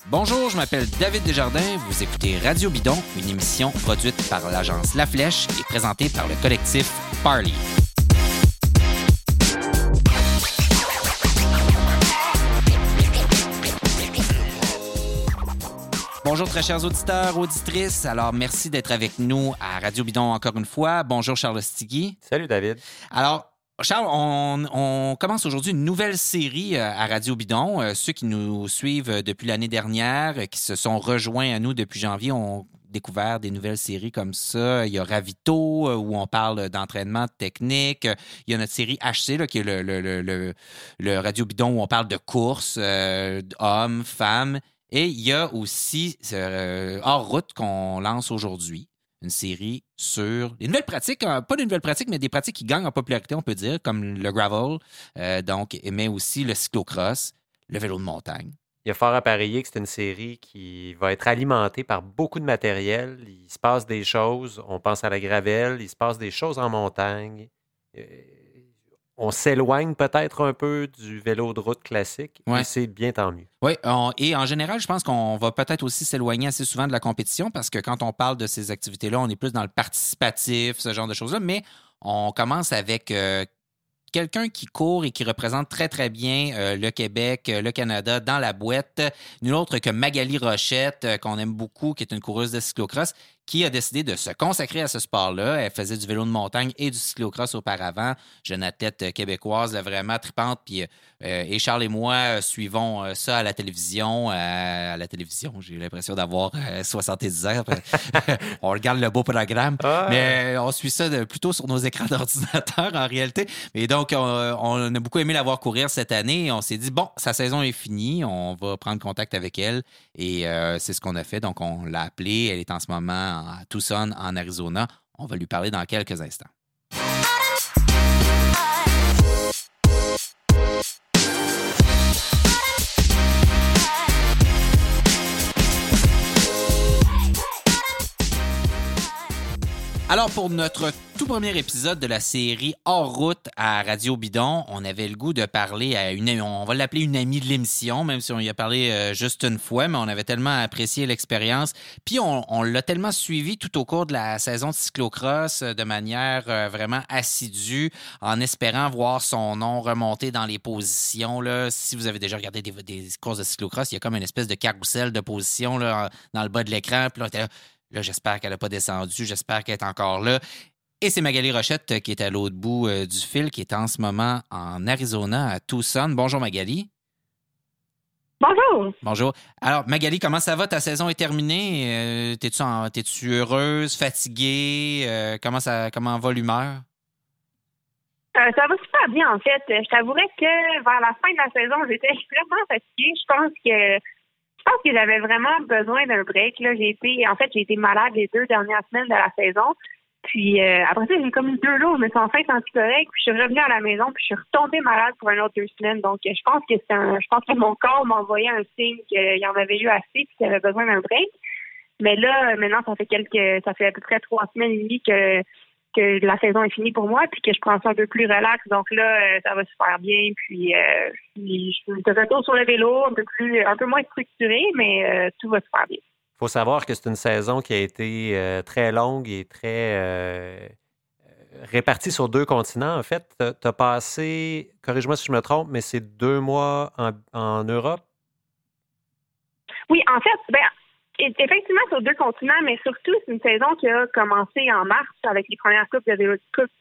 Bonjour, je m'appelle David Desjardins. Vous écoutez Radio Bidon, une émission produite par l'agence La Flèche et présentée par le collectif Parley. Bonjour très chers auditeurs, auditrices. Alors, merci d'être avec nous à Radio Bidon encore une fois. Bonjour Charles Stigui. Salut David. Alors, Charles, on commence aujourd'hui une nouvelle série à Radio Bidon. Ceux qui nous suivent depuis l'année dernière, qui se sont rejoints à nous depuis janvier, ont découvert des nouvelles séries comme ça. Il y a Ravito, où on parle d'entraînement technique. Il y a notre série HC, là, qui est le Radio Bidon, où on parle de course, hommes, femmes. Et il y a aussi Hors route qu'on lance aujourd'hui. Une série sur des nouvelles pratiques, pas des nouvelles pratiques, mais des pratiques qui gagnent en popularité, on peut dire, comme le gravel, mais aussi le cyclocross, le vélo de montagne. Il y a fort à parier que c'est une série qui va être alimentée par beaucoup de matériel. Il se passe des choses, on pense à la gravelle, il se passe des choses en montagne. On s'éloigne peut-être un peu du vélo de route classique, ouais. Et c'est bien tant mieux. Oui, et en général, je pense qu'on va peut-être aussi s'éloigner assez souvent de la compétition parce que quand on parle de ces activités-là, on est plus dans le participatif, ce genre de choses-là, mais on commence avec quelqu'un qui court et qui représente très, très bien le Québec, le Canada dans la boîte. Nul autre que Magali Rochette, qu'on aime beaucoup, qui est une coureuse de cyclocross, qui a décidé de se consacrer à ce sport-là. Elle faisait du vélo de montagne et du cyclocross auparavant. Jeune athlète québécoise, vraiment tripante. Puis, et Charles et moi suivons ça à la télévision. À la télévision, j'ai l'impression d'avoir 70 ans. On regarde le beau programme, mais on suit ça plutôt sur nos écrans d'ordinateur en réalité. Et donc, on a beaucoup aimé la voir courir cette année. On s'est dit, bon, sa saison est finie. On va prendre contact avec elle. Et c'est ce qu'on a fait. Donc, on l'a appelée. Elle est en ce moment à Tucson, en Arizona. On va lui parler dans quelques instants. Alors, pour notre tout premier épisode de la série Hors route à Radio Bidon, on avait le goût de parler à on va l'appeler une amie de l'émission, même si on y a parlé juste une fois, mais on avait tellement apprécié l'expérience. Puis, on l'a tellement suivi tout au cours de la saison de cyclocross de manière vraiment assidue, en espérant voir son nom remonter dans les positions. Là. Si vous avez déjà regardé des courses de cyclocross, il y a comme une espèce de carrousel de positions là, dans le bas de l'écran. Puis là, j'espère qu'elle n'a pas descendu. J'espère qu'elle est encore là. Et c'est Magali Rochette qui est à l'autre bout du fil, qui est en ce moment en Arizona, à Tucson. Bonjour, Magali. Bonjour. Bonjour. Alors, Magali, comment ça va? Ta saison est terminée. T'es-tu heureuse, fatiguée? Comment va l'humeur? Ça va super bien, en fait. Je t'avouerais que vers la fin de la saison, j'étais vraiment fatiguée. Je pense que j'avais vraiment besoin d'un break. Là, j'ai été malade les 2 dernières semaines de la saison. Puis après ça, j'ai comme eu 2 jours, je me suis enfin sentie correcte. Puis je suis revenue à la maison, puis je suis retombée malade pour un autre 2 semaines. Donc je pense que mon corps m'envoyait un signe qu'il y en avait eu assez, puis qu'il avait besoin d'un break. Mais là, maintenant, ça fait à peu près 3 semaines et demie que la saison est finie pour moi, puis que je prends ça un peu plus relax. Donc là, ça va super bien. Puis je suis de retour sur le vélo, un peu moins structuré, mais tout va super bien. Il faut savoir que c'est une saison qui a été très longue et très répartie sur 2 continents. En fait, tu as passé, corrige-moi si je me trompe, mais c'est 2 mois en Europe? Oui, en fait, effectivement sur 2 continents, mais surtout c'est une saison qui a commencé en mars avec les premières courses de vélo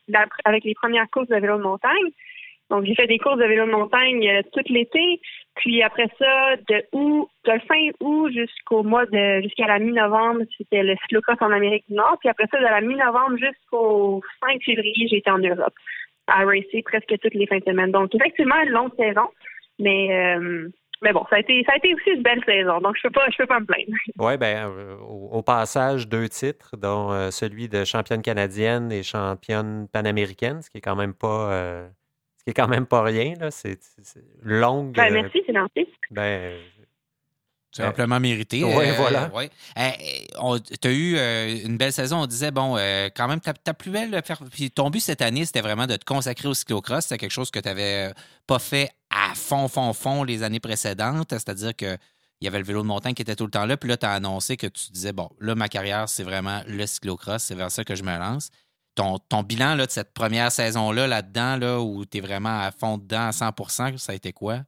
de montagne. Donc j'ai fait des courses de vélo de montagne tout l'été, puis après ça de fin août jusqu'à la mi-novembre, c'était le cyclocross en Amérique du Nord, puis après ça de la mi-novembre jusqu'au 5 février, j'étais en Europe à racer presque toutes les fins de semaine. Donc effectivement une longue saison, mais bon, ça a été aussi une belle saison, donc je peux pas me plaindre. Oui, au passage 2 titres, dont celui de championne canadienne et championne panaméricaine, ce qui est quand même pas rien, là. C'est longue. Merci, c'est gentil. C'est amplement mérité. Oui, voilà. Ouais. Tu as eu une belle saison. On disait, quand même, ta plus belle... Puis ton but cette année, c'était vraiment de te consacrer au cyclocross. C'était quelque chose que tu n'avais pas fait à fond les années précédentes. C'est-à-dire que il y avait le vélo de montagne qui était tout le temps là. Puis là, tu as annoncé que tu disais, bon, là, ma carrière, c'est vraiment le cyclocross. C'est vers ça que je me lance. Ton bilan là, de cette première saison-là, là-dedans, là, où tu es vraiment à fond dedans à 100%, ça a été quoi?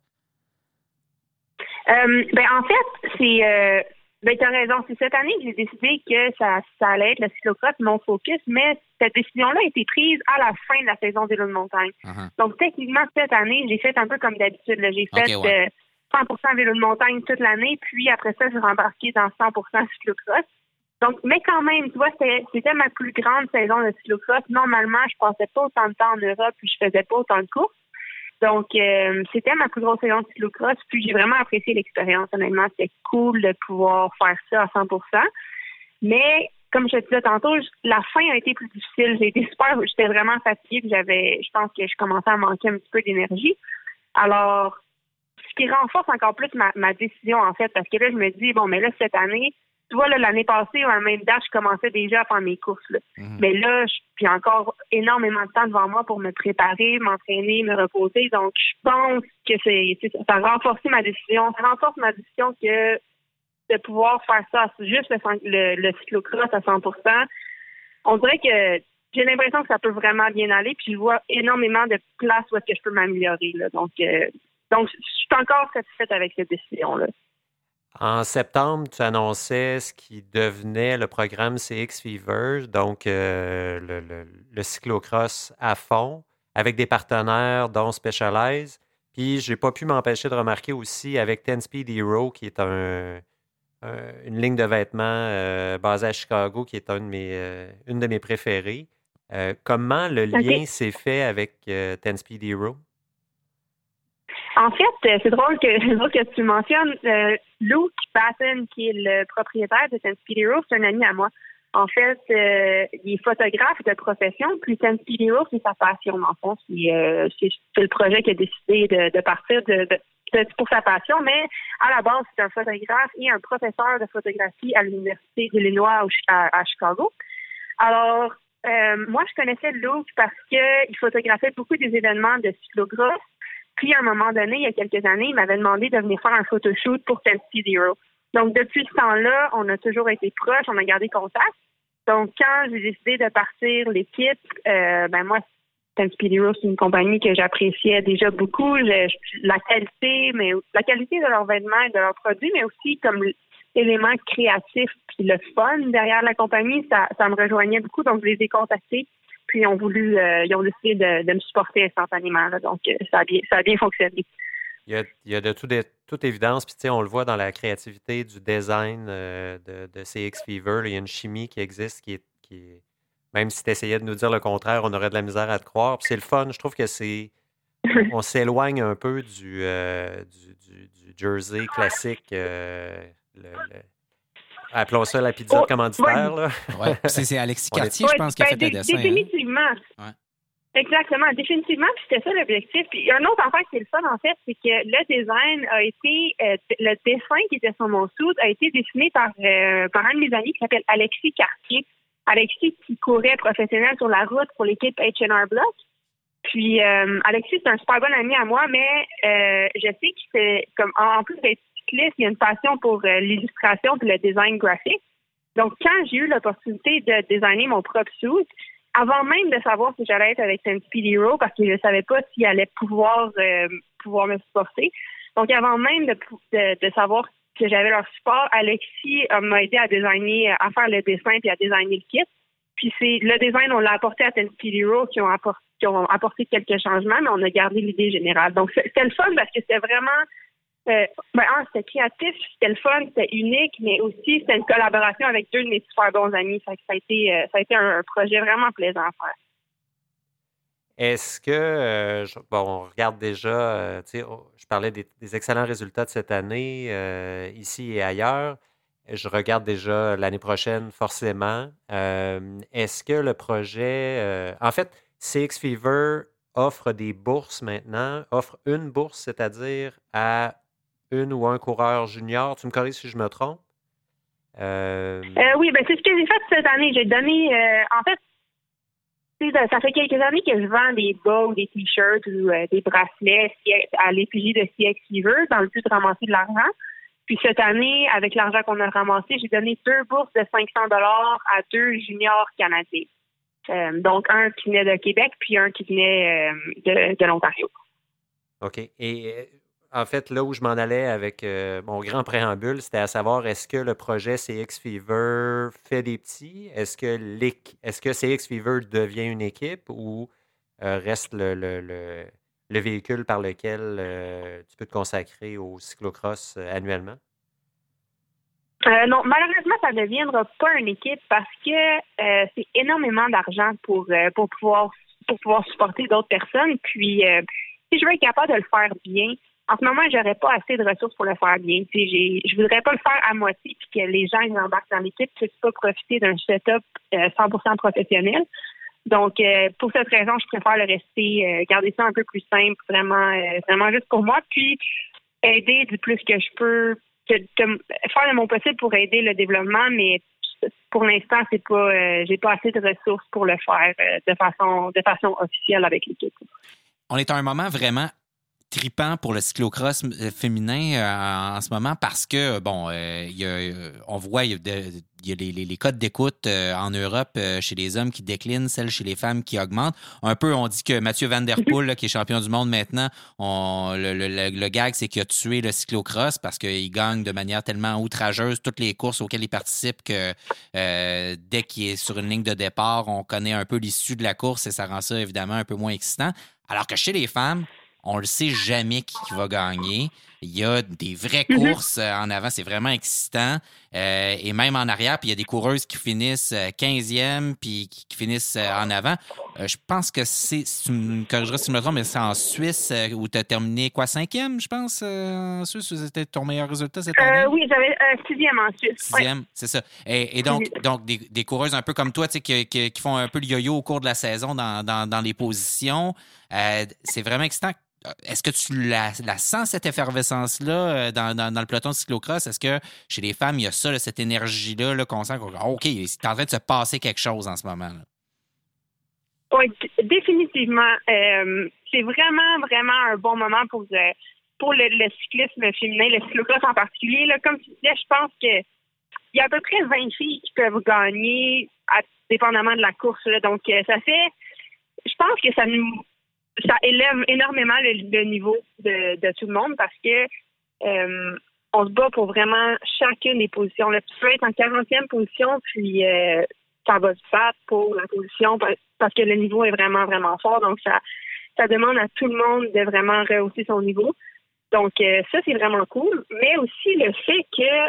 En fait, tu as raison. C'est cette année que j'ai décidé que ça allait être le cyclocross, mon focus, mais cette décision-là a été prise à la fin de la saison des vélos de montagne. Uh-huh. Donc, techniquement, cette année, j'ai fait un peu comme d'habitude. Là. J'ai fait 100% vélo de montagne toute l'année, puis après ça, j'ai rembarqué dans 100% cyclocross. Donc, mais quand même, tu vois, c'était ma plus grande saison de cyclocross. Normalement, je passais pas autant de temps en Europe, puis je faisais pas autant de courses. Donc, c'était ma plus grosse saison de cyclocross, puis j'ai vraiment apprécié l'expérience. Honnêtement, c'était cool de pouvoir faire ça à 100%. Mais, comme je te disais tantôt, la fin a été plus difficile. J'étais vraiment fatiguée, puis je pense que je commençais à manquer un petit peu d'énergie. Alors, ce qui renforce encore plus ma décision, en fait, parce que là, je me dis, bon, mais là, cette année, tu vois, là, l'année passée, à la même date, je commençais déjà à faire mes courses. Là. Mais là, j'ai encore énormément de temps devant moi pour me préparer, m'entraîner, me reposer. Donc, je pense que ça a renforcé ma décision. Ça renforce ma décision que de pouvoir faire ça, juste le cyclocross à 100%. On dirait que j'ai l'impression que ça peut vraiment bien aller, puis je vois énormément de places où est-ce que je peux m'améliorer. Là. Donc, je suis encore satisfaite avec cette décision-là. En septembre, tu annonçais ce qui devenait le programme CX Fever, donc le cyclocross à fond, avec des partenaires dont Specialized. Puis, j'ai pas pu m'empêcher de remarquer aussi avec 10 Speed Hero, qui est une ligne de vêtements basée à Chicago, qui est une de mes préférées. Comment le lien s'est fait avec 10 Speed Hero? En fait, c'est drôle que tu mentionnes Luke Patton, qui est le propriétaire de 10 Speed Hero, c'est un ami à moi. En fait, il est photographe de profession, puis 10 Speed Hero, c'est sa passion, dans le fond. C'est le projet qu'il a décidé de partir pour sa passion, mais à la base, c'est un photographe et un professeur de photographie à l'Université d'Illinois à Chicago. Alors, moi, je connaissais Luke parce qu'il photographiait beaucoup des événements de cyclocross. Puis, à un moment donné, il y a quelques années, il m'avait demandé de venir faire un photoshoot pour 10 Speed Hero. Donc, depuis ce temps-là, on a toujours été proches, on a gardé contact. Donc, quand j'ai décidé de partir l'équipe, moi, 10 Speed Hero, c'est une compagnie que j'appréciais déjà beaucoup. La qualité de leurs vêtements et de leurs produits, mais aussi comme l'élément créatif puis le fun derrière la compagnie, ça me rejoignait beaucoup. Donc, je les ai contactés. Puis ils ont décidé de me supporter instantanément. Là, donc, ça a bien fonctionné. Il y a de toute évidence, puis on le voit dans la créativité du design de CX Fever. Il y a une chimie qui existe qui est même si tu essayais de nous dire le contraire, on aurait de la misère à te croire. Puis c'est le fun. Je trouve que on s'éloigne un peu du jersey classique. Appelons ça la pizza de commanditaire. Là. Ouais. C'est Alexis Cartier, je pense, qui a fait le dessin. Définitivement. Hein? Exactement, définitivement. Puis c'était ça l'objectif. Puis un autre affaire qui est le fun, en fait, c'est que le design a été, le dessin qui était sur mon suit a été dessiné par un de mes amis qui s'appelle Alexis Cartier. Alexis qui courait professionnel sur la route pour l'équipe H&R Block. Puis Alexis, c'est un super bon ami à moi, mais je sais qu'il fait, comme en plus d'être cycliste, il a une passion pour l'illustration et le design graphique. Donc, quand j'ai eu l'opportunité de designer mon propre suit, avant même de savoir si j'allais être avec 10 Speed Hero, parce que je ne savais pas s'il allait pouvoir me supporter. Donc, avant même de savoir que j'avais leur support, Alexis m'a aidé à faire le dessin et à designer le kit. Puis le design, on l'a apporté à 10 Speed Hero qui ont apporté quelques changements, mais on a gardé l'idée générale. Donc, c'était le fun parce que c'était vraiment... c'était créatif, c'était le fun, c'était unique, mais aussi c'était une collaboration avec deux de mes super bons amis. Ça a été un projet vraiment plaisant à faire. Est-ce que, on regarde déjà, je parlais des excellents résultats de cette année, ici et ailleurs. Je regarde déjà l'année prochaine, forcément. Est-ce que le projet... en fait, CX Fever offre des bourses maintenant, offre une bourse, c'est-à-dire à une ou un coureur junior. Tu me corriges si je me trompe? Oui, c'est ce que j'ai fait cette année. J'ai donné... en fait, ça fait quelques années que je vends des bas ou des t-shirts ou des bracelets à l'effigie de CX Fever dans le but de ramasser de l'argent. Puis cette année, avec l'argent qu'on a ramassé, j'ai donné 2 bourses de 500 $ à 2 juniors canadiens. Donc, un qui venait de Québec, puis un qui venait de l'Ontario. OK. Et en fait, là où je m'en allais avec mon grand préambule, c'était à savoir, est-ce que le projet CX Fever fait des petits? Est-ce que CX Fever devient une équipe ou reste le véhicule par lequel tu peux te consacrer au cyclocross annuellement? Non, malheureusement, ça ne deviendra pas une équipe parce que c'est énormément d'argent pour pouvoir supporter d'autres personnes. Puis, si je veux être capable de le faire bien, en ce moment, j'aurais pas assez de ressources pour le faire bien. Je voudrais pas le faire à moitié puis que les gens qui embarquent dans l'équipe ne puissent pas profiter d'un setup 100% professionnel. Donc, pour cette raison, je préfère le rester, garder ça un peu plus simple, vraiment juste pour moi, puis aider du plus que je peux, faire de mon possible pour aider le développement, mais pour l'instant, c'est pas, j'ai pas assez de ressources pour le faire de façon officielle avec l'équipe. On est à un moment vraiment tripant pour le cyclocross féminin en ce moment parce que, on voit, il y a les codes d'écoute en Europe chez les hommes qui déclinent, celles chez les femmes qui augmentent. Un peu, on dit que Mathieu Van Der Poel, là, qui est champion du monde maintenant, le gag, c'est qu'il a tué le cyclocross parce qu'il gagne de manière tellement outrageuse toutes les courses auxquelles il participe que dès qu'il est sur une ligne de départ, on connaît un peu l'issue de la course et ça rend ça évidemment un peu moins excitant. Alors que chez les femmes, on ne sait jamais qui va gagner. Il y a des vraies courses en avant. C'est vraiment excitant. Et même en arrière, puis il y a des coureuses qui finissent 15e puis qui finissent en avant. Je pense que tu me corrigeras si je me trompe, mais c'est en Suisse où tu as terminé 5e, je pense, en Suisse. C'était ton meilleur résultat cette année? Oui, j'avais 6e en Suisse. 6e, ouais. C'est ça. Et donc des coureuses un peu comme toi, tu sais, qui font un peu le yo-yo au cours de la saison dans les positions. C'est vraiment excitant. Est-ce que tu la sens, cette effervescence-là, dans le peloton de cyclocross? Est-ce que chez les femmes, il y a ça, cette énergie-là, là, qu'on sent OK, c'est en train de se passer quelque chose en ce moment? Là? Oui, définitivement. C'est vraiment, vraiment un bon moment pour le cyclisme féminin, le cyclocross en particulier. Là, comme tu disais, je pense qu'il y a à peu près 20 filles qui peuvent gagner dépendamment de la course. Là. Donc, je pense que ça élève énormément le niveau de tout le monde parce que on se bat pour vraiment chacune des positions. Là, tu peux être en 40e position, puis ça va se battre pour la position parce que le niveau est vraiment, vraiment fort. Donc, ça demande à tout le monde de vraiment rehausser son niveau. Donc, ça, c'est vraiment cool. Mais aussi, le fait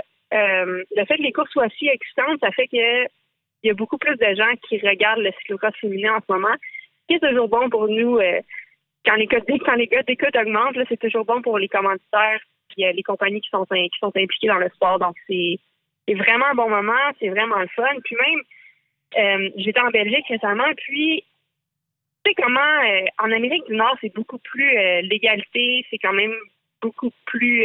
que les courses soient si excitantes, ça fait que il y a beaucoup plus de gens qui regardent le cyclocross féminin en ce moment. C'est toujours bon pour nous quand les codes d'écoute augmentent, là, c'est toujours bon pour les commanditaires et les compagnies qui sont impliquées dans le sport. Donc, c'est vraiment un bon moment, c'est vraiment le fun. Puis même, j'étais en Belgique récemment, puis tu sais comment en Amérique du Nord, c'est beaucoup plus l'égalité, c'est quand même beaucoup plus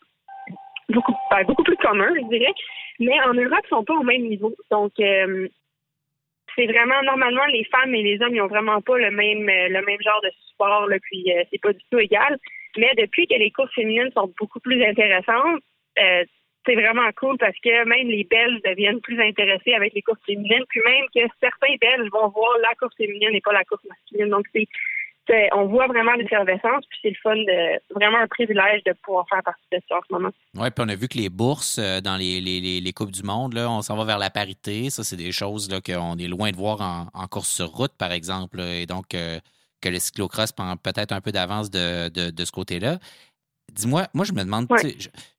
plus commun, je dirais. Mais en Europe, ils sont pas au même niveau. Donc, c'est vraiment, normalement, les femmes et les hommes, ils ont vraiment pas le même genre de support, là, puis c'est pas du tout égal. Mais depuis que les courses féminines sont beaucoup plus intéressantes, c'est vraiment cool parce que même les Belges deviennent plus intéressés avec les courses féminines, puis même que certains Belges vont voir la course féminine et pas la course masculine. Donc, on voit vraiment l'effervescence, puis c'est le fun, vraiment un privilège de pouvoir faire partie de ça en ce moment. Oui, puis on a vu que les bourses dans les Coupes du Monde, là, on s'en va vers la parité. Ça, c'est des choses là, qu'on est loin de voir en course sur route, par exemple. Là, et donc, que le cyclocross prend peut-être un peu d'avance de ce côté-là. Dis-moi, moi, je me demande, ouais.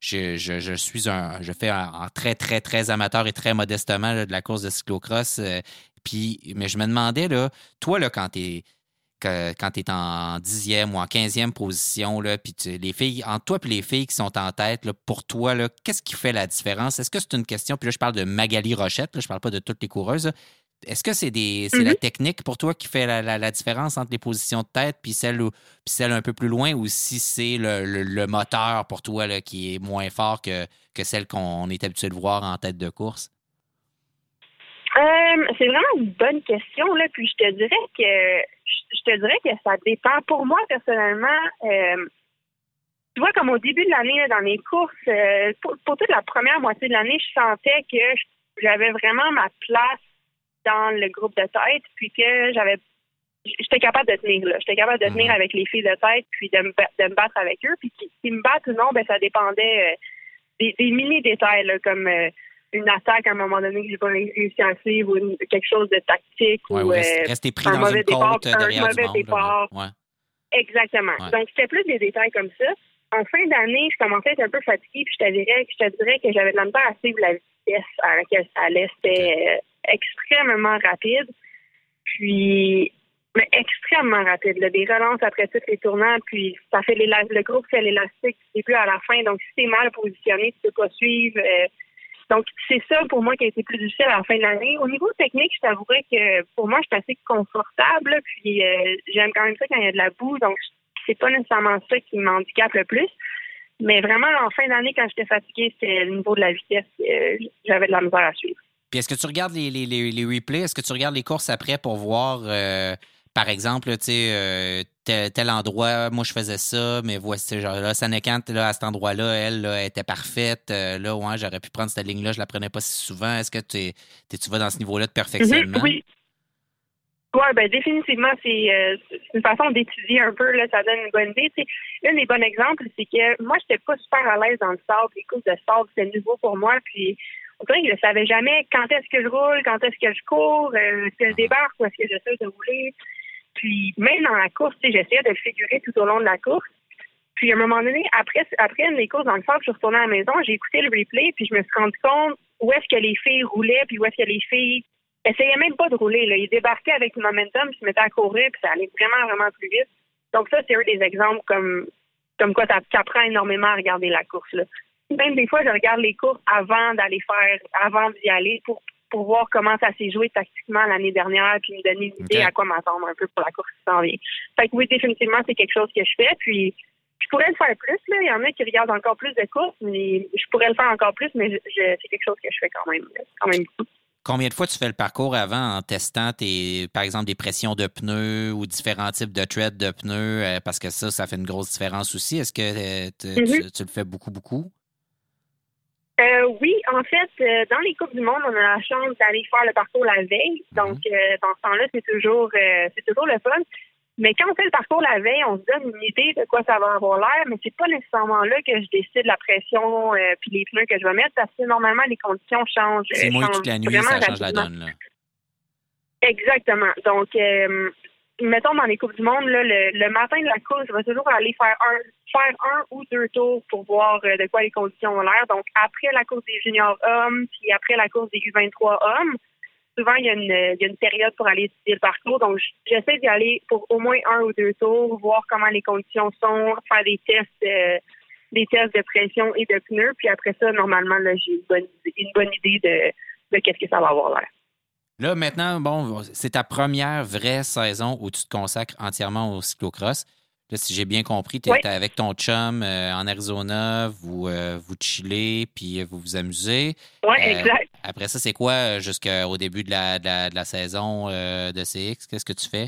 Je fais en très, très, très amateur et très modestement là, de la course de cyclocross. Mais je me demandais, là, toi, là, quand tu es en 10e ou en 15e position, là, puis les filles, entre toi et les filles qui sont en tête, là, pour toi, là, qu'est-ce qui fait la différence? Est-ce que c'est une question, puis là, je parle de Magali Rochette, là, je parle pas de toutes les coureuses, là. Est-ce que c'est la technique pour toi qui fait la différence entre les positions de tête puis celle un peu plus loin, ou si c'est le moteur pour toi là, qui est moins fort que celle qu'on est habitué de voir en tête de course? C'est vraiment une bonne question, là, puis je te dirais que ça dépend. Pour moi, personnellement, tu vois, comme au début de l'année, là, dans les courses, pour toute la première moitié de l'année, je sentais que j'avais vraiment ma place dans le groupe de tête, puis que j'étais capable de tenir là. J'étais capable de tenir avec les filles de tête, puis de me battre avec eux. Puis qu'ils me battent ou non, ben ça dépendait des mini-détails, là, comme une attaque à un moment donné que j'ai pas réussi à suivre, ou quelque chose de tactique, ou rester pris un dans mauvais une départ, côte derrière un mauvais du monde. départ. Ouais. Exactement. Ouais. Donc, c'était plus des détails comme ça. En fin d'année, je commençais à être un peu fatiguée, puis je te dirais que j'avais de la misère à suivre la vitesse à laquelle ça allait. C'était extrêmement rapide. Puis, mais extrêmement rapide. Là, des relances après tous les tournants, puis ça fait le groupe fait l'élastique du début à la fin. Donc, si t'es mal positionné, tu peux pas suivre. Donc, c'est ça pour moi qui a été plus difficile à la fin de l'année. Au niveau technique, je t'avouerais que pour moi, je suis assez confortable. Puis, j'aime quand même ça quand il y a de la boue. Donc, c'est pas nécessairement ça qui m'handicape le plus. Mais vraiment, en fin d'année, quand j'étais fatiguée, c'était le niveau de la vitesse. J'avais de la misère à suivre. Puis est-ce que tu regardes les replays? Est-ce que tu regardes les courses après pour voir, par exemple, tu sais, tel endroit, moi je faisais ça, mais voici, genre là, Sanekant, là, à cet endroit-là, elle là, était parfaite. Là, ouais, j'aurais pu prendre cette ligne-là, je la prenais pas si souvent. Est-ce que tu vas dans ce niveau-là de perfectionnement? Oui. Oui, ben définitivement, c'est une façon d'étudier un peu, là, ça donne une bonne idée. T'sais, un des bons exemples, c'est que moi, j'étais pas super à l'aise dans le sable. Les courses de sable, c'était nouveau pour moi, puis on dirait que je ne savais jamais quand est-ce que je roule, quand est-ce que je cours, est-ce que je débarque ou est-ce que j'essaie de rouler. Puis même dans la course, j'essayais de le figurer tout au long de la course. Puis à un moment donné, après une des courses dans le sable, je suis retournée à la maison, j'ai écouté le replay, puis je me suis rendu compte où est-ce que les filles roulaient, puis où est-ce que les filles essayaient même pas de rouler. Là. Ils débarquaient avec le momentum, puis se mettaient à courir, puis ça allait vraiment, vraiment plus vite. Donc ça, c'est un des exemples comme quoi tu apprends énormément à regarder la course, là. Même des fois, je regarde les courses avant d'y aller pour voir comment ça s'est joué tactiquement l'année dernière, puis me donner une idée à quoi m'attendre un peu pour la course qui s'en vient. Fait que oui, définitivement, c'est quelque chose que je fais, puis je pourrais le faire plus, là. Il y en a qui regardent encore plus de courses, mais je pourrais le faire encore plus, mais c'est quelque chose que je fais quand même beaucoup. Combien de fois tu fais le parcours avant en testant par exemple, des pressions de pneus ou différents types de treads de pneus, parce que ça fait une grosse différence aussi. Est-ce que tu le fais beaucoup? Oui, en fait, dans les Coupes du Monde, on a la chance d'aller faire le parcours la veille. Donc, dans ce temps-là, c'est toujours le fun. Mais quand on fait le parcours la veille, on se donne une idée de quoi ça va avoir l'air, mais c'est pas nécessairement là que je décide la pression puis les pneus que je vais mettre, parce que normalement, les conditions changent. C'est moins toute la nuit, ça change la donne, là. Exactement. Donc, mettons, dans les Coupes du Monde, là, le matin de la course, je vais toujours aller faire un ou deux tours pour voir de quoi les conditions ont l'air. Donc, après la course des juniors hommes, puis après la course des U23 hommes, souvent, il y a une période pour aller étudier le parcours. Donc, j'essaie d'y aller pour au moins un ou deux tours, voir comment les conditions sont, faire des tests de pression et de pneus. Puis après ça, normalement, là, j'ai une bonne idée de qu'est-ce que ça va avoir l'air. Là, maintenant, bon, c'est ta première vraie saison où tu te consacres entièrement au cyclocross. Là, si j'ai bien compris, tu es avec ton chum en Arizona, vous chillez, puis vous vous amusez. Oui, exact. Après ça, c'est quoi jusqu'au début de la saison de CX? Qu'est-ce que tu fais?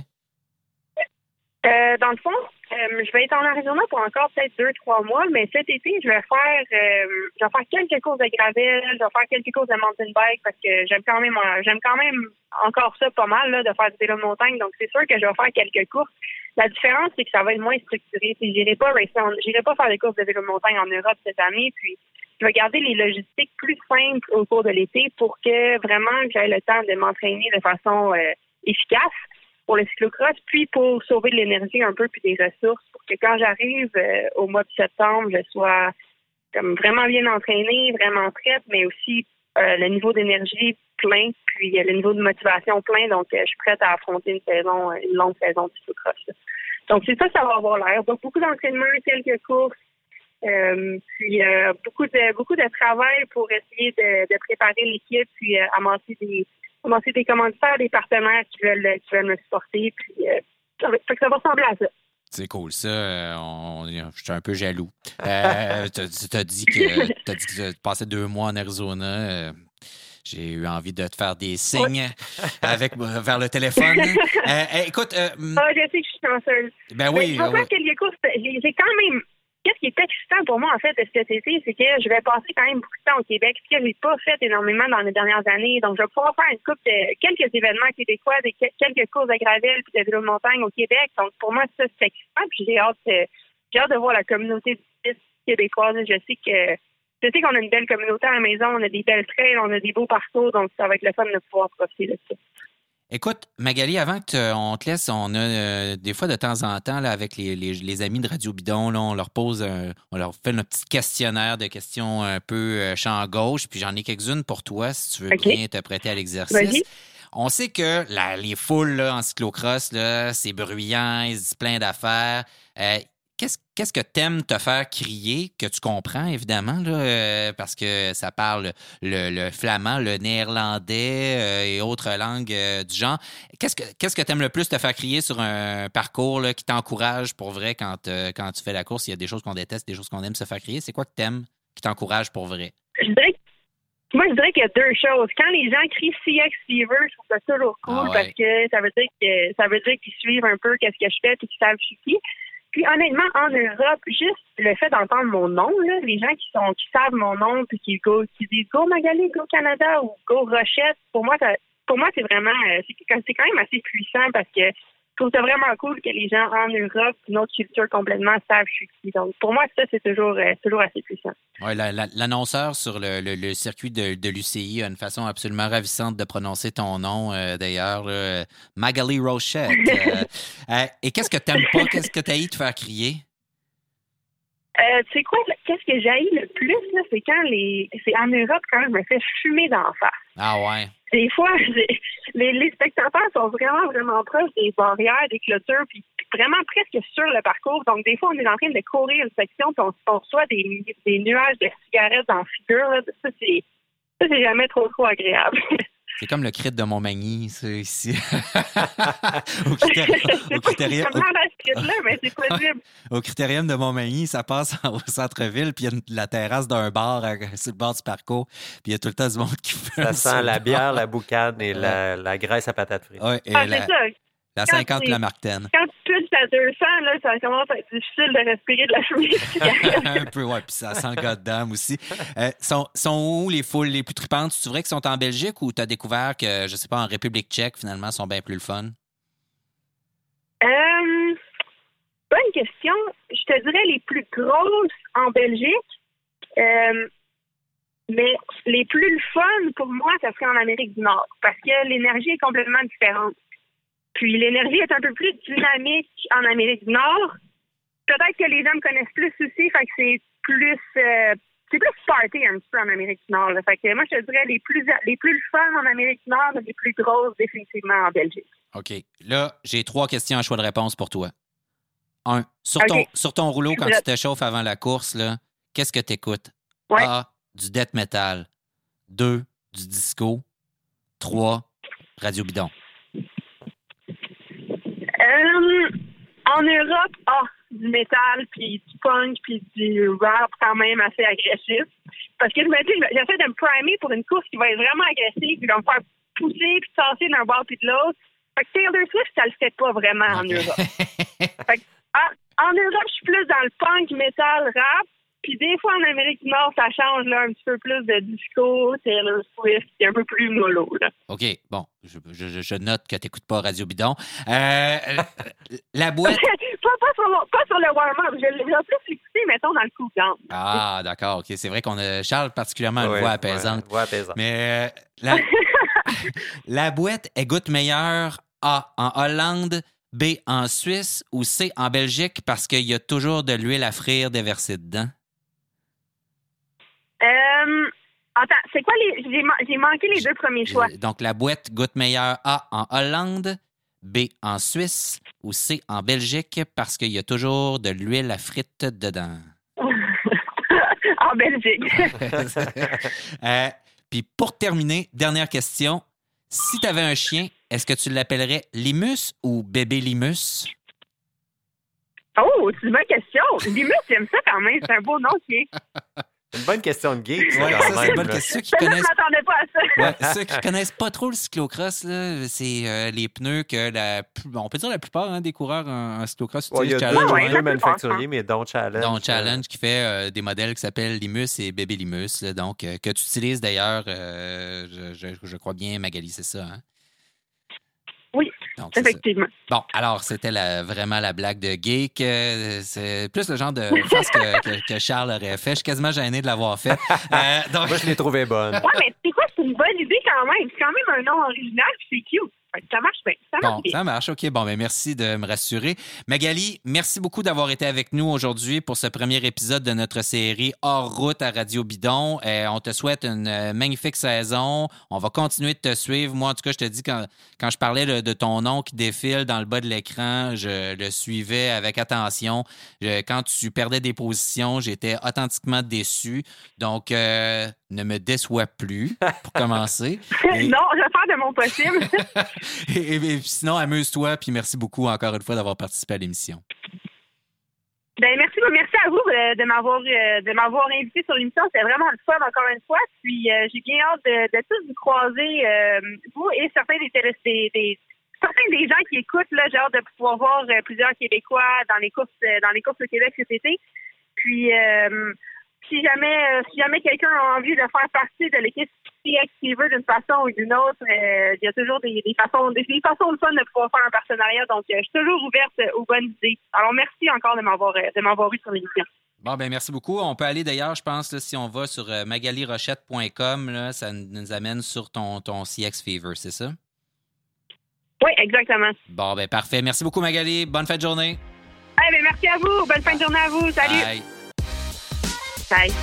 Dans le fond, je vais être en Arizona pour encore peut-être 2-3 mois, mais cet été, je vais faire quelques courses de gravel, je vais faire quelques courses de mountain bike parce que j'aime quand même encore ça pas mal, là, de faire du vélo de montagne. Donc, c'est sûr que je vais faire quelques courses. La différence, c'est que ça va être moins structuré. Puis, j'irai pas faire des courses de vélo de montagne en Europe cette année. Puis, je vais garder les logistiques plus simples au cours de l'été pour que vraiment j'aie le temps de m'entraîner de façon efficace pour le cyclocross, puis pour sauver de l'énergie un peu puis des ressources pour que quand j'arrive au mois de septembre, je sois comme vraiment bien entraînée, vraiment prête, mais aussi le niveau d'énergie plein, puis le niveau de motivation plein. Donc, je suis prête à affronter une longue saison de cyclocross. Donc, c'est ça va avoir l'air. Donc, beaucoup d'entraînement, quelques courses, puis beaucoup de travail pour essayer de préparer l'équipe, puis amasser des commanditaires, des partenaires qui veulent me supporter, puis ça va ressembler à ça. C'est cool, ça. Je suis un peu jaloux. Tu as dit que tu passais 2 mois en Arizona. J'ai eu envie de te faire des signes vers le téléphone. Écoute... je sais que je suis chanceuse. Ben oui. Quelques courses, j'ai quand même qu'est-ce qui est excitant pour moi, en fait, de cet été, c'est que je vais passer quand même beaucoup de temps au Québec, ce que j'ai pas fait énormément dans les dernières années. Donc, je vais pouvoir faire quelques événements québécois, quelques courses de gravel puis de vélo de montagne au Québec. Donc, pour moi, ça, c'est excitant. Puis j'ai hâte de voir la communauté québécoise. Je sais qu'on a une belle communauté à la maison, on a des belles trails, on a des beaux parcours, donc ça va être le fun de pouvoir profiter de ça. Écoute, Magali, avant qu'on te laisse, on a des fois de temps en temps là, avec les amis de Radio Bidon, là, on leur fait notre petit questionnaire de questions un peu champ gauche, puis j'en ai quelques-unes pour toi si tu veux bien te prêter à l'exercice. Vas-y. On sait que les foules là, en cyclocross, là, c'est bruyant, ils se disent plein d'affaires. Qu'est-ce que t'aimes te faire crier, que tu comprends, évidemment, là, parce que ça parle le flamand, le néerlandais et autres langues du genre. Qu'est-ce que t'aimes le plus te faire crier sur un parcours là, qui t'encourage pour vrai quand tu fais la course? Il y a des choses qu'on déteste, des choses qu'on aime se faire crier. C'est quoi que t'aimes qui t'encourage pour vrai? Je dirais qu'il y a deux choses. Quand les gens crient CX Fever, je trouve ça toujours cool parce que ça veut dire qu'ils suivent un peu qu'est-ce que je fais et qu'ils savent je suis qui. Puis honnêtement, en Europe, juste le fait d'entendre mon nom, là, les gens qui savent mon nom puis qui disent Go Magali, Go Canada ou Go Rochette, pour moi c'est vraiment c'est quand même assez puissant parce que je trouve ça vraiment cool que les gens en Europe, une autre culture complètement, savent je suis qui. Donc pour moi, ça c'est toujours assez puissant. Oui, l'annonceur sur le circuit de l'UCI a une façon absolument ravissante de prononcer ton nom, d'ailleurs, là, Magali Rochette. Et qu'est-ce que t'aimes pas? Qu'est-ce que t'as eu de faire crier? Tu sais quoi? Qu'est-ce que j'haïs le plus, là, c'est quand c'est en Europe quand je me fais fumer d'en face. Ah ouais. Des fois, les spectateurs sont vraiment, vraiment proches des barrières, des clôtures, puis vraiment presque sur le parcours. Donc, des fois, on est en train de courir une section, puis on reçoit des nuages de cigarettes en figure. Là. Ça, c'est jamais trop agréable. C'est comme le crit de Montmagny, ça, ici. Au critérium de Montmagny, ça passe au centre-ville, puis il y a la terrasse d'un bar sur le bord du parcours, puis il y a tout le temps du monde qui fume. Ça sent la bière, la boucane et la graisse à patates frites. Ouais, et c'est ça. La 50 et la Martine. Quand tu pulses à 200, là, ça commence à être difficile de respirer de la fumée. Un peu, oui. Puis ça sent le goddamn aussi. Sont où les foules les plus tripantes? C'est vrai qu'ils sont en Belgique ou tu as découvert que, je sais pas, en République tchèque, finalement, sont bien plus le fun? Bonne question. Je te dirais les plus grosses en Belgique. Mais les plus fun, pour moi, ça serait en Amérique du Nord. Parce que l'énergie est complètement différente. Puis l'énergie est un peu plus dynamique en Amérique du Nord. Peut-être que les gens me connaissent plus aussi, fait que c'est plus party un petit peu en Amérique du Nord. Là. Fait que moi, je te dirais les plus fun en Amérique du Nord, mais les plus grosses définitivement en Belgique. OK. Là, j'ai 3 questions à choix de réponse pour toi. 1. Sur ton rouleau, quand tu t'échauffes avant la course, là, qu'est-ce que tu écoutes? Ouais. A. Du death metal. 2. Du disco. 3. Radio Bidon. En Europe, du métal, puis du punk, puis du rap quand même assez agressif. Parce que je me dis, j'essaie de me primer pour une course qui va être vraiment agressive, puis de me faire pousser, puis tasser d'un bord puis de l'autre. Fait que Taylor Swift, ça le fait pas vraiment en Europe. Fait que, en Europe, je suis plus dans le punk, métal, rap. Puis des fois, en Amérique du Nord, ça change là, un petit peu plus de disco, Taylor Swift, c'est un peu plus mollo. Là. OK, bon, je note que tu n'écoutes pas Radio Bidon. La boîte... pas sur le warm-up, je l'ai plus écouté, mettons, dans le cool-down. Ah, d'accord, OK. C'est vrai qu'on a, Charles, particulièrement, une voix apaisante. Voix apaisante. Mais la boîte, elle goûte meilleure A, en Hollande, B, en Suisse ou C, en Belgique parce qu'il y a toujours de l'huile à frire déversée dedans? Attends, c'est quoi j'ai manqué les 2 premiers choix. Donc, la boîte goûte meilleure A, en Hollande, B, en Suisse ou C, en Belgique parce qu'il y a toujours de l'huile à frites dedans? En Belgique. Puis pour terminer, dernière question. Si tu avais un chien, est-ce que tu l'appellerais Limus ou bébé Limus? Oh, c'est une bonne question. Limus, j'aime ça quand même. C'est un beau nom, chien. Une bonne question de geek, ça, Ouais, quand ça, c'est même. une bonne là. question. Ceux qui Celle-là, je connaissent, m'attendais pas à ça. ouais, ceux qui connaissent pas trop le cyclocross, là, c'est les pneus que on peut dire la plupart des coureurs en cyclocross Ouais, il y utilisent a Challenge. Ouais, deux la manufacturiers, mais dont Challenge. Donc, Challenge qui fait des modèles qui s'appellent Limus et Bébé Limus, là, donc que tu utilises d'ailleurs, je crois bien, Magali, c'est ça, hein? Oui, Donc, c'est ça. effectivement. Bon, alors, c'était vraiment la blague de geek. C'est plus le genre de face que Charles aurait fait. Je suis quasiment gêné de l'avoir fait. Donc, Moi, je l'ai trouvée bonne. Ouais, mais c'est quoi? C'est une bonne idée quand même. C'est quand même un nom original, puis c'est cute. Fait que ça marche bien. Ça marche bon, bien. ça marche. OK, bon, ben merci de me rassurer. Magali, merci beaucoup d'avoir été avec nous aujourd'hui pour ce premier épisode de notre série Hors route à Radio Bidon. On te souhaite une magnifique saison. On va continuer de te suivre. Moi, en tout cas, je te dis, quand je parlais de ton nom qui défile dans le bas de l'écran, je le suivais avec attention. Quand tu perdais des positions, j'étais authentiquement déçu. Donc, ne me déçois plus, pour commencer. Non, je vais faire de mon possible. Et sinon, amuse-toi, puis merci beaucoup encore une fois d'avoir participé à l'émission. Ben merci à vous de m'avoir invité sur l'émission. C'était vraiment le fun encore une fois. Puis j'ai bien hâte de tous vous croiser, vous et certains certains des gens qui écoutent. Là, j'ai hâte de pouvoir voir plusieurs Québécois dans les courses au Québec cet été. Puis si jamais quelqu'un a envie de faire partie de l'équipe CX Fever d'une façon ou d'une autre, il y a toujours des façons de fun de pouvoir faire un partenariat. Donc, je suis toujours ouverte aux bonnes idées. Alors, merci encore de m'avoir eu sur l'émission. Bon, ben merci beaucoup. On peut aller d'ailleurs, je pense, là, si on va sur magalirochette.com, là, ça nous amène sur ton CX Fever, c'est ça? Oui, exactement. Bon, ben parfait. Merci beaucoup, Magali. Bonne fin de journée. Merci à vous. Bonne fin de journée à vous. Salut. Bye. Bye.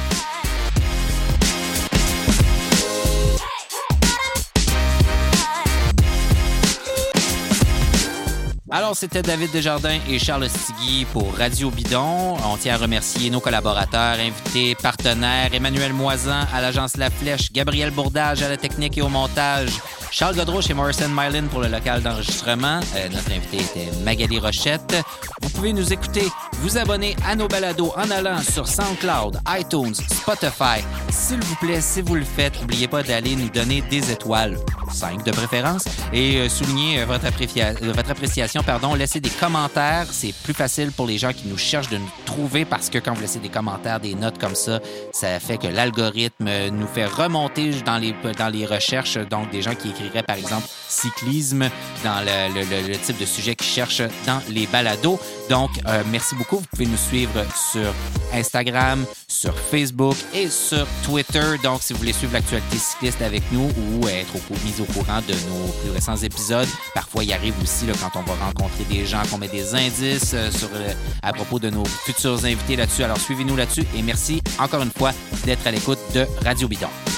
Alors, c'était David Desjardins et Charles Stigui pour Radio Bidon. On tient à remercier nos collaborateurs, invités, partenaires, Emmanuel Moisan à l'agence La Flèche, Gabriel Bourdage à la technique et au montage, Charles Godreau chez Morrison Mylan pour le local d'enregistrement. Notre invité était Magali Rochette. Vous pouvez nous écouter, vous abonner à nos balados en allant sur SoundCloud, iTunes, Spotify. S'il vous plaît, si vous le faites, n'oubliez pas d'aller nous donner des étoiles, 5 de préférence, et souligner votre appréciation. Laissez des commentaires. C'est plus facile pour les gens qui nous cherchent de nous trouver parce que quand vous laissez des commentaires, des notes comme ça, ça fait que l'algorithme nous fait remonter dans les recherches. Donc, des gens qui écriraient, par exemple, cyclisme dans le type de sujet qu'ils cherchent dans les balados. Donc, merci beaucoup. Vous pouvez nous suivre sur Instagram, sur Facebook et sur Twitter. Donc, si vous voulez suivre l'actualité cycliste avec nous ou être mis au courant de nos plus récents épisodes, parfois, il arrive aussi là, quand on va rencontrer des gens, qu'on met des indices à propos de nos futurs invités là-dessus. Alors, suivez-nous là-dessus et merci encore une fois d'être à l'écoute de Radio Bidon.